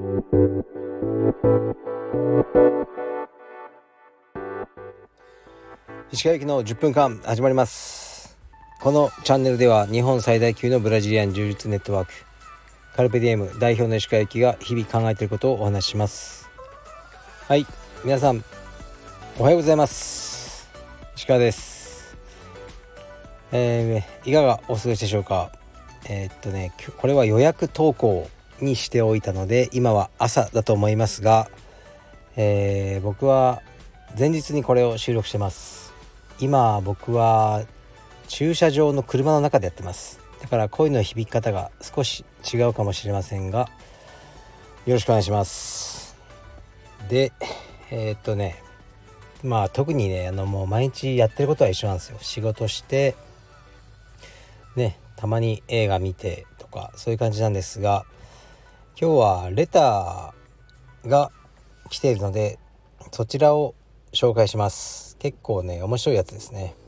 石川行きの10分間始まります。このチャンネルでは日本最大級のブラジリアン柔術ネットワークカルペディエム代表の石川行きが日々考えていることをお話しします。はい、皆さんおはようございます。石川です。いかがお過ごしでしょうか。これは予約投稿にしておいたので今は朝だと思いますが、僕は前日にこれを収録してます。今僕は駐車場の車の中でやってます。だから声の響き方が少し違うかもしれませんがよろしくお願いします。で特にねもう毎日やってることは一緒なんですよ。仕事してね、たまに映画見てとかそういう感じなんですが、今日はレターが来ているのでそちらを紹介します。結構ね面白いやつですね。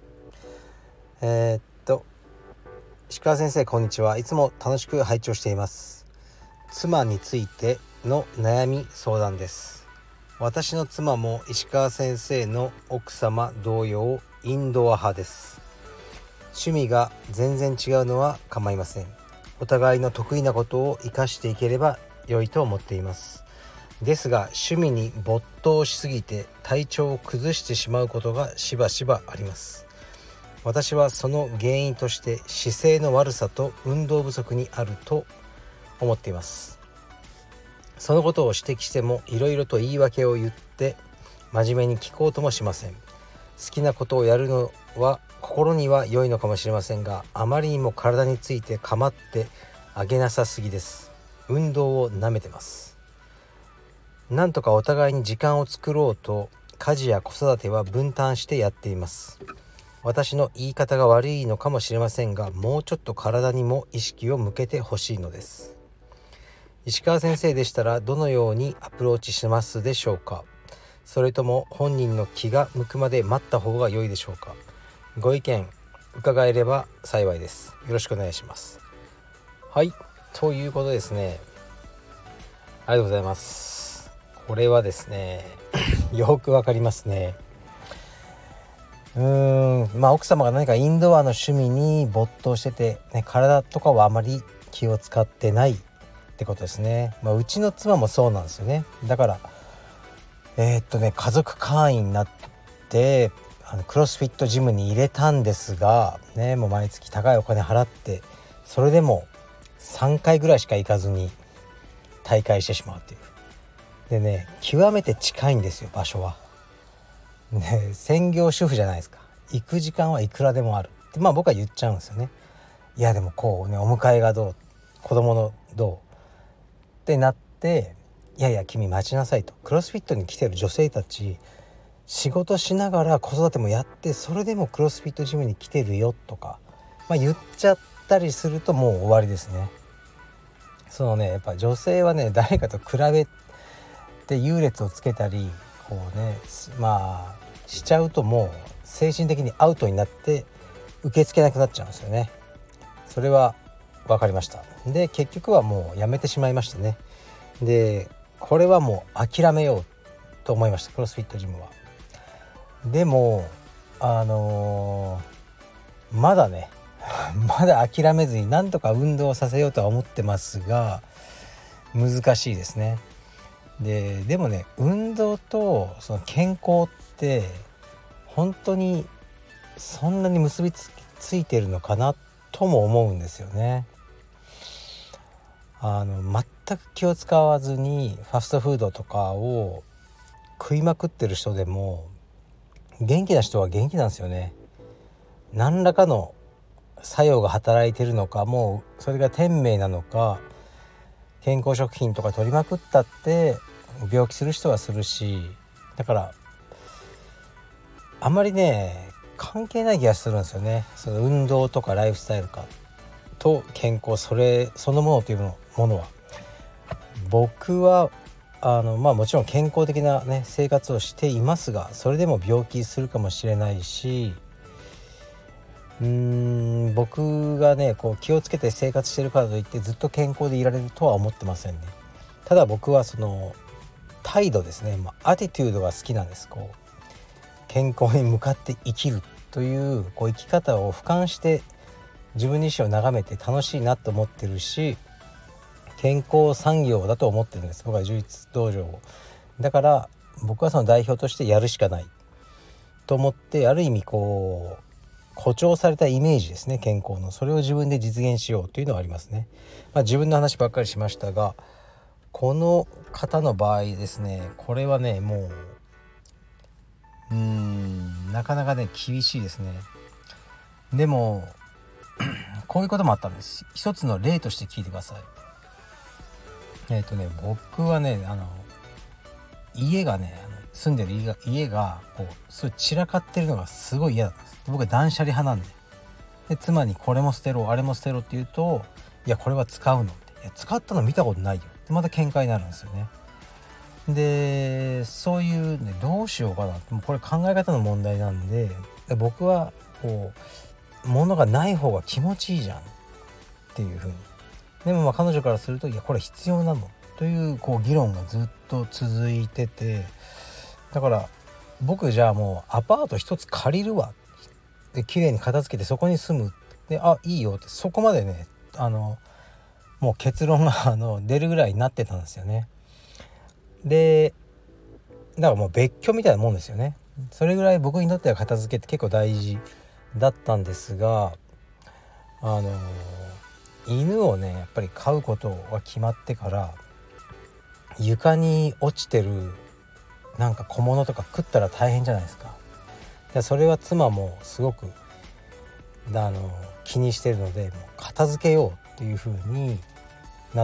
石川先生こんにちは。いつも楽しく拝聴しています。妻についての悩み相談です。私の妻も石川先生の奥様同様インドア派です。趣味が全然違うのは構いません。お互いの得意なことを生かしていければ良いと思っています。ですが趣味に没頭しすぎて体調を崩してしまうことがしばしばあります。私はその原因として姿勢の悪さと運動不足にあると思っています。そのことを指摘してもいろいろと言い訳を言って真面目に聞こうともしません。好きなことをやるのは心には良いのかもしれませんが、あまりにも体について構ってあげなさすぎです。運動をなめてます。なんとかお互いに時間を作ろうと家事や子育ては分担してやっています。私の言い方が悪いのかもしれませんが、もうちょっと体にも意識を向けてほしいのです。石川先生でしたらどのようにアプローチしますでしょうか。それとも本人の気が向くまで待った方が良いでしょうか。ご意見伺えれば幸いです。よろしくお願いします。はい、ということですね。ありがとうございます。これはですねよくわかりますね。奥様が何かインドアの趣味に没頭してて、体とかはあまり気を使ってないってことですね。うちの妻もそうなんですよね。だから家族会員になってクロスフィットジムに入れたんですがね、もう毎月高いお金払ってそれでも3回ぐらいしか行かずに退会してしまうっていう。でね、極めて近いんですよ、場所はね。専業主婦じゃないですか。行く時間はいくらでもあるって僕は言っちゃうんですよね。いやでもこうね、お迎えがどう、子供のどうってなって、いやいや君待ちなさいと。クロスフィットに来てる女性たち仕事しながら子育てもやってそれでもクロスフィットジムに来てるよとか、言っちゃったりするともう終わりですね。そのね、やっぱ女性はね、誰かと比べて優劣をつけたりこうねしちゃうともう精神的にアウトになって受け付けなくなっちゃうんですよね。それは分かりました。で結局はもうやめてしまいましたね。でこれはもう諦めようと思いました、クロスフィットジムは。でもまだねまだ諦めずになんとか運動させようとは思ってますが難しいですね。でもね、運動とその健康って本当にそんなに結びついてるのかなとも思うんですよね。全く気を使わずにファストフードとかを食いまくってる人でも元気な人は元気なんですよね。何らかの作用が働いてるのか、もうそれが天命なのか、健康食品とか取りまくったって病気する人はするし、だからあまりね関係ない気がするんですよね。その運動とかライフスタイルかと健康それそのものというものは、僕はもちろん健康的なね生活をしていますが、それでも病気するかもしれないし、僕がねこう気をつけて生活してるからといってずっと健康でいられるとは思ってませんね。 ただ僕はその態度ですね、アティテュードが好きなんです。こう健康に向かって生きるという生き方を俯瞰して自分自身を眺めて楽しいなと思ってるし、健康産業だと思ってるんです、僕は充実道場を。だから僕はその代表としてやるしかないと思って、ある意味誇張されたイメージですね、健康の、それを自分で実現しようというのはありますね。自分の話ばっかりしましたが、この方の場合ですね、これはねもうなかなかね厳しいですね。でもこういうこともあったんです。一つの例として聞いてください。僕はね家がね住んでる家がすごい散らかってるのがすごい嫌だったんです。僕は断捨離派なんで、妻にこれも捨てろあれも捨てろって言うと、いやこれは使うのって、いや使ったの見たことないよってまた喧嘩になるんですよね。でそういうね、どうしようかな、もうこれ考え方の問題なんで、僕は物がない方が気持ちいいじゃんっていう風に。でも彼女からすると、いやこれ必要なのという議論がずっと続いてて、だから僕じゃあもうアパート一つ借りるわで、綺麗に片付けてそこに住むで、いいよって、そこまでねもう結論が出るぐらいになってたんですよね。でだからもう別居みたいなもんですよね。それぐらい僕にとっては片付けって結構大事だったんですが、犬をねやっぱり飼うことが決まってから、床に落ちてるなんか小物とか食ったら大変じゃないですか。でそれは妻もすごく気にしてるので、もう片付けようっていう風になって、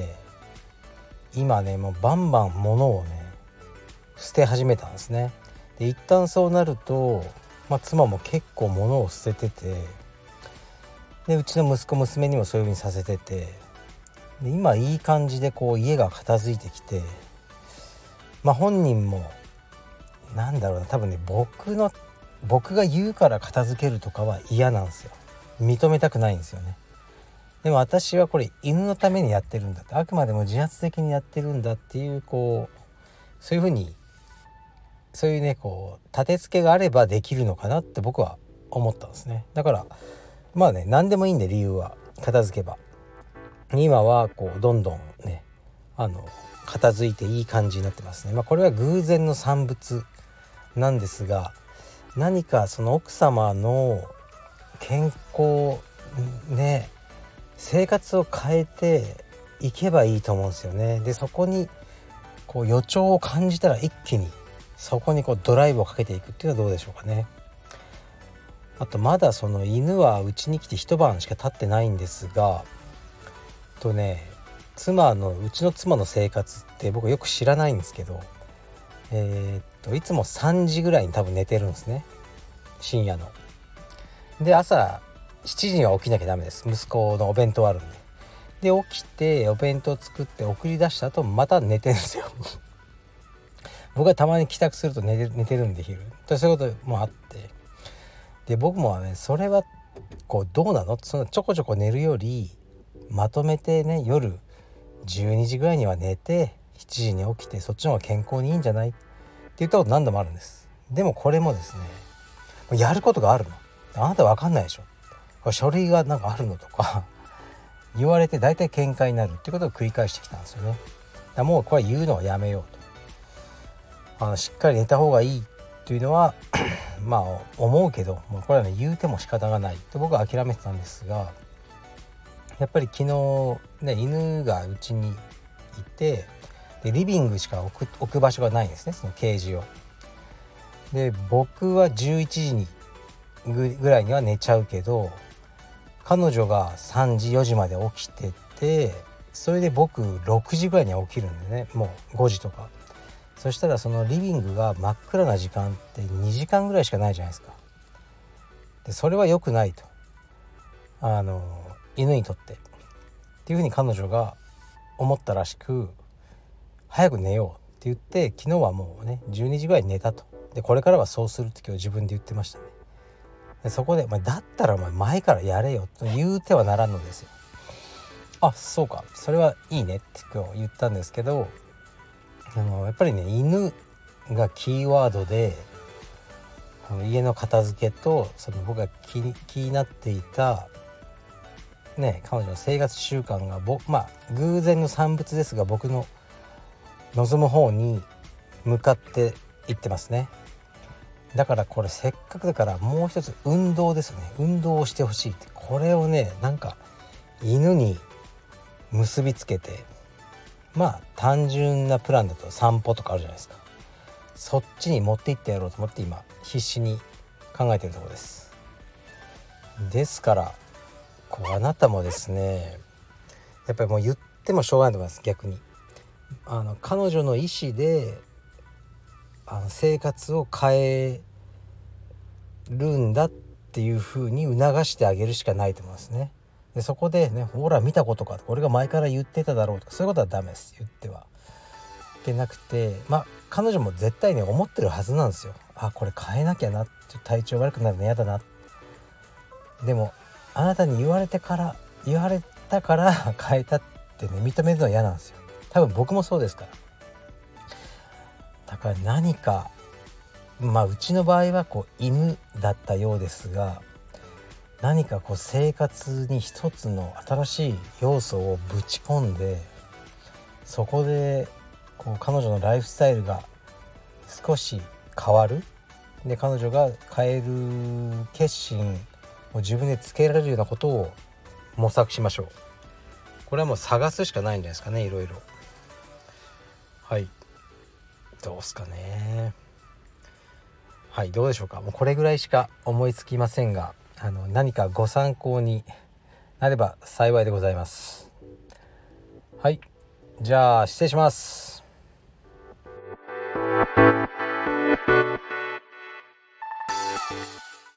今ねもうバンバン物をね捨て始めたんですね。で一旦そうなると、妻も結構物を捨ててて、でうちの息子娘にもそういう風にさせてて、で今いい感じで家が片付いてきて、本人もなんだろうな、多分ね僕が言うから片付けるとかは嫌なんですよ。認めたくないんですよね。でも私はこれ犬のためにやってるんだって、あくまでも自発的にやってるんだっていうそういう風に、そういうね立て付けがあればできるのかなって僕は思ったんですね。だから何でもいいんで、理由は片付けば今はどんどんね片付いていい感じになってますね。これは偶然の産物なんですが、何かその奥様の健康ね、生活を変えていけばいいと思うんですよね。でそこに予兆を感じたら一気にそこにドライブをかけていくっていうのはどうでしょうかね。あとまだその犬はうちに来て一晩しか経ってないんですが、うちの妻の生活って僕よく知らないんですけど、いつも3時ぐらいに多分寝てるんですね、深夜の。で朝7時には起きなきゃダメです、息子のお弁当あるんで。で起きてお弁当作って送り出した後また寝てるんですよ僕はたまに帰宅すると寝てるんで、昼とそういうこともあって、で僕もねそれはどうなの、そのちょこちょこ寝るよりまとめてね、夜12時ぐらいには寝て7時に起きて、そっちの方が健康にいいんじゃないって言ったこと何度もあるんです。でもこれもですね、やることがあるの、あなた分かんないでしょ、これ書類がなんかあるのとか言われて大体喧嘩になるってことを繰り返してきたんですよね。だからもうこれは言うのはやめようと、しっかり寝た方がいいっていうのは思うけど、もうこれはね言うても仕方がないと僕は諦めてたんですが、やっぱり昨日ね犬がうちにいて、でリビングしか置く場所がないんですね、そのケージを。で僕は11時にぐらいには寝ちゃうけど、彼女が3時4時まで起きてて、それで僕6時ぐらいには起きるんでね、もう5時とか。そしたらそのリビングが真っ暗な時間って2時間ぐらいしかないじゃないですか。でそれは良くないと、犬にとってっていうふうに彼女が思ったらしく、早く寝ようって言って昨日はもうね12時ぐらいに寝たと。でこれからはそうするって今日自分で言ってましたね。でそこで、だったらお前前からやれよと言うてはならんのですよ。 そうか、それはいいねって今日言ったんですけど、やっぱりね、犬がキーワードで、家の片付けと僕が気になっていたね、彼女の生活習慣が偶然の産物ですが、僕の望む方に向かっていってますね。だからこれせっかくだからもう一つ運動ですね。運動をしてほしいって、これをね、なんか犬に結びつけて、単純なプランだと散歩とかあるじゃないですか。そっちに持っていってやろうと思って今必死に考えているところです。ですからあなたもですね、やっぱりもう言ってもしょうがないと思います。逆に彼女の意思で生活を変えるんだっていう風に促してあげるしかないと思いますね。でそこでね、ほら見たことかとか、俺が前から言ってただろうとか、そういうことはダメです。言ってはいけなくて、彼女も絶対に思ってるはずなんですよ。これ変えなきゃな、ちょっと体調悪くなるの嫌だな。でもあなたに言われたから変えたってね、認めるのは嫌なんですよ。多分僕もそうですから。だから何かうちの場合は犬だったようですが、何か生活に一つの新しい要素をぶち込んで、そこで彼女のライフスタイルが少し変わる。で彼女が変える決心を自分でつけられるようなことを模索しましょう。これはもう探すしかないんじゃないですかね、いろいろ。はい、どうすかね。はい、どうでしょうか。もうこれぐらいしか思いつきませんが、何かご参考になれば幸いでございます。はい、じゃあ失礼します。